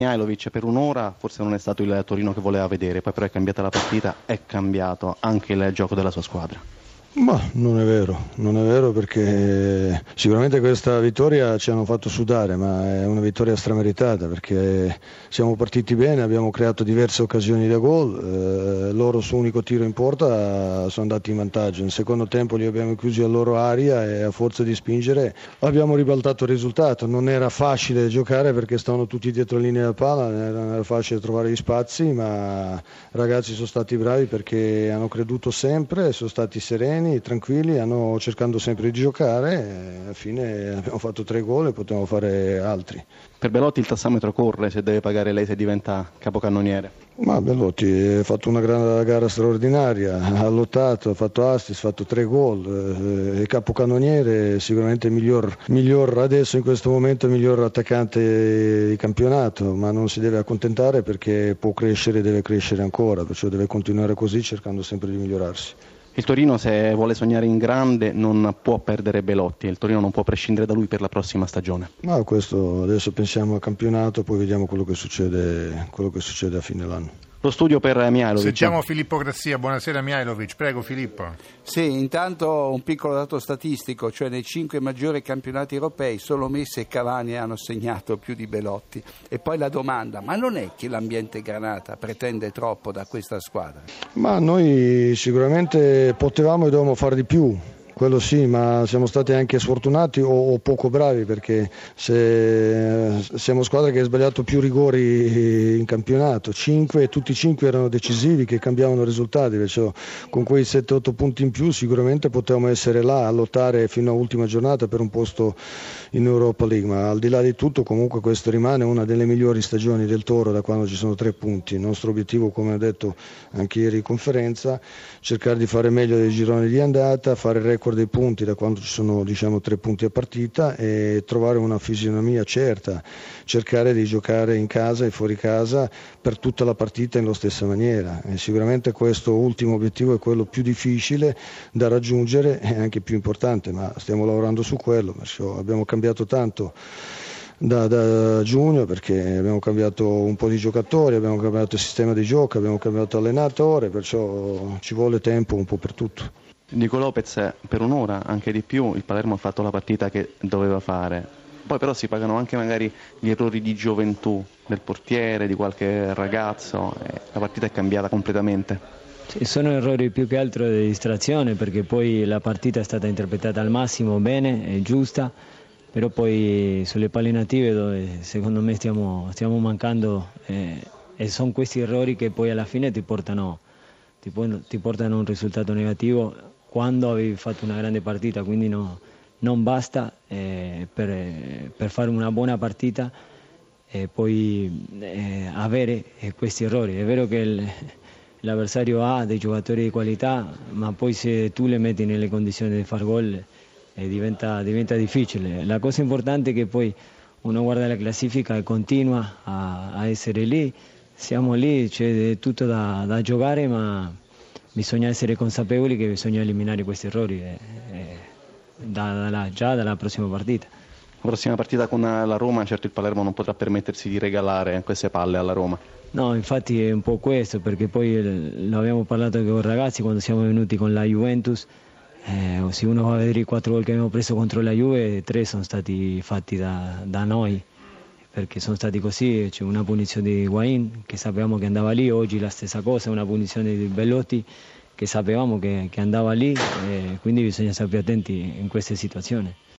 Mihajlović per un'ora forse non è stato il Torino che voleva vedere, poi però è cambiata la partita, è cambiato anche il gioco della sua squadra. Ma non è vero perché sicuramente questa vittoria ci hanno fatto sudare, ma è una vittoria strameritata perché siamo partiti bene, abbiamo creato diverse occasioni da gol, loro su unico tiro in porta sono andati in vantaggio, nel secondo tempo li abbiamo chiusi a loro area e a forza di spingere abbiamo ribaltato il risultato. Non era facile giocare perché stavano tutti dietro la linea della palla, non era facile trovare gli spazi, ma i ragazzi sono stati bravi perché hanno creduto sempre, sono stati sereni, tranquilli, hanno cercando sempre di giocare e alla fine abbiamo fatto 3 gol e potevamo fare altri. Per Belotti il tassametro corre se deve pagare lei se diventa capocannoniere. Ma Belotti ha fatto una gara straordinaria, ha lottato, ha fatto assist, ha fatto 3 gol, il capocannoniere sicuramente miglior adesso in questo momento, il miglior attaccante di campionato, ma non si deve accontentare perché può crescere, deve crescere ancora, perciò deve continuare così cercando sempre di migliorarsi. Il Torino, se vuole sognare in grande, non può perdere Belotti, il Torino non può prescindere da lui per la prossima stagione. Ma questo adesso pensiamo al campionato, poi vediamo quello che succede a fine dell'anno. Lo studio per Mihajlović. Sentiamo Filippo Grassia. Buonasera Mihajlović, prego Filippo. Sì, intanto un piccolo dato statistico, cioè nei 5 maggiori campionati europei solo Messi e Cavani hanno segnato più di Belotti. E poi la domanda, ma non è che l'ambiente Granata pretende troppo da questa squadra? Ma noi sicuramente potevamo e dovevamo fare di più. Quello sì, ma siamo stati anche sfortunati o poco bravi perché siamo squadra che ha sbagliato più rigori in campionato, 5 e tutti i 5 erano decisivi che cambiavano i risultati, perciò con quei 7-8 punti in più sicuramente potevamo essere là a lottare fino all'ultima giornata per un posto in Europa League, ma al di là di tutto comunque questo rimane una delle migliori stagioni del Toro da quando ci sono 3 punti. Il nostro obiettivo, come ho detto anche ieri in conferenza, cercare di fare meglio dei gironi di andata, fare il record dei punti da quando ci sono 3 punti a partita e trovare una fisionomia certa, cercare di giocare in casa e fuori casa per tutta la partita in la stessa maniera e sicuramente questo ultimo obiettivo è quello più difficile da raggiungere e anche più importante, ma stiamo lavorando su quello, abbiamo cambiato tanto da giugno perché abbiamo cambiato un po' di giocatori, abbiamo cambiato il sistema di gioco, abbiamo cambiato allenatore, perciò ci vuole tempo un po' per tutto. Nico Lopez per un'ora, anche di più, il Palermo ha fatto la partita che doveva fare. Poi però si pagano anche magari gli errori di gioventù del portiere, di qualche ragazzo, e la partita è cambiata completamente. Sì, sono errori più che altro di distrazione perché poi la partita è stata interpretata al massimo bene, è giusta, però poi sulle palle native dove secondo me stiamo mancando e sono questi errori che poi alla fine ti portano a un risultato negativo quando avevi fatto una grande partita, quindi non basta per fare una buona partita e poi avere questi errori. È vero che l'avversario ha dei giocatori di qualità, ma poi se tu le metti nelle condizioni di far gol diventa difficile. La cosa importante è che poi uno guarda la classifica e continua a essere lì, siamo lì, c'è tutto da giocare, ma bisogna essere consapevoli che bisogna eliminare questi errori già dalla prossima partita. La prossima partita con la Roma, certo il Palermo non potrà permettersi di regalare queste palle alla Roma. No, infatti è un po' questo, perché poi lo abbiamo parlato anche con i ragazzi quando siamo venuti con la Juventus. Se uno va a vedere i 4 gol che abbiamo preso contro la Juve, 3 sono stati fatti da noi, perché sono stati così. C'è una punizione di Higuaín che sapevamo che andava lì, oggi la stessa cosa, una punizione di Belotti che sapevamo che andava lì, quindi bisogna stare più attenti in queste situazioni.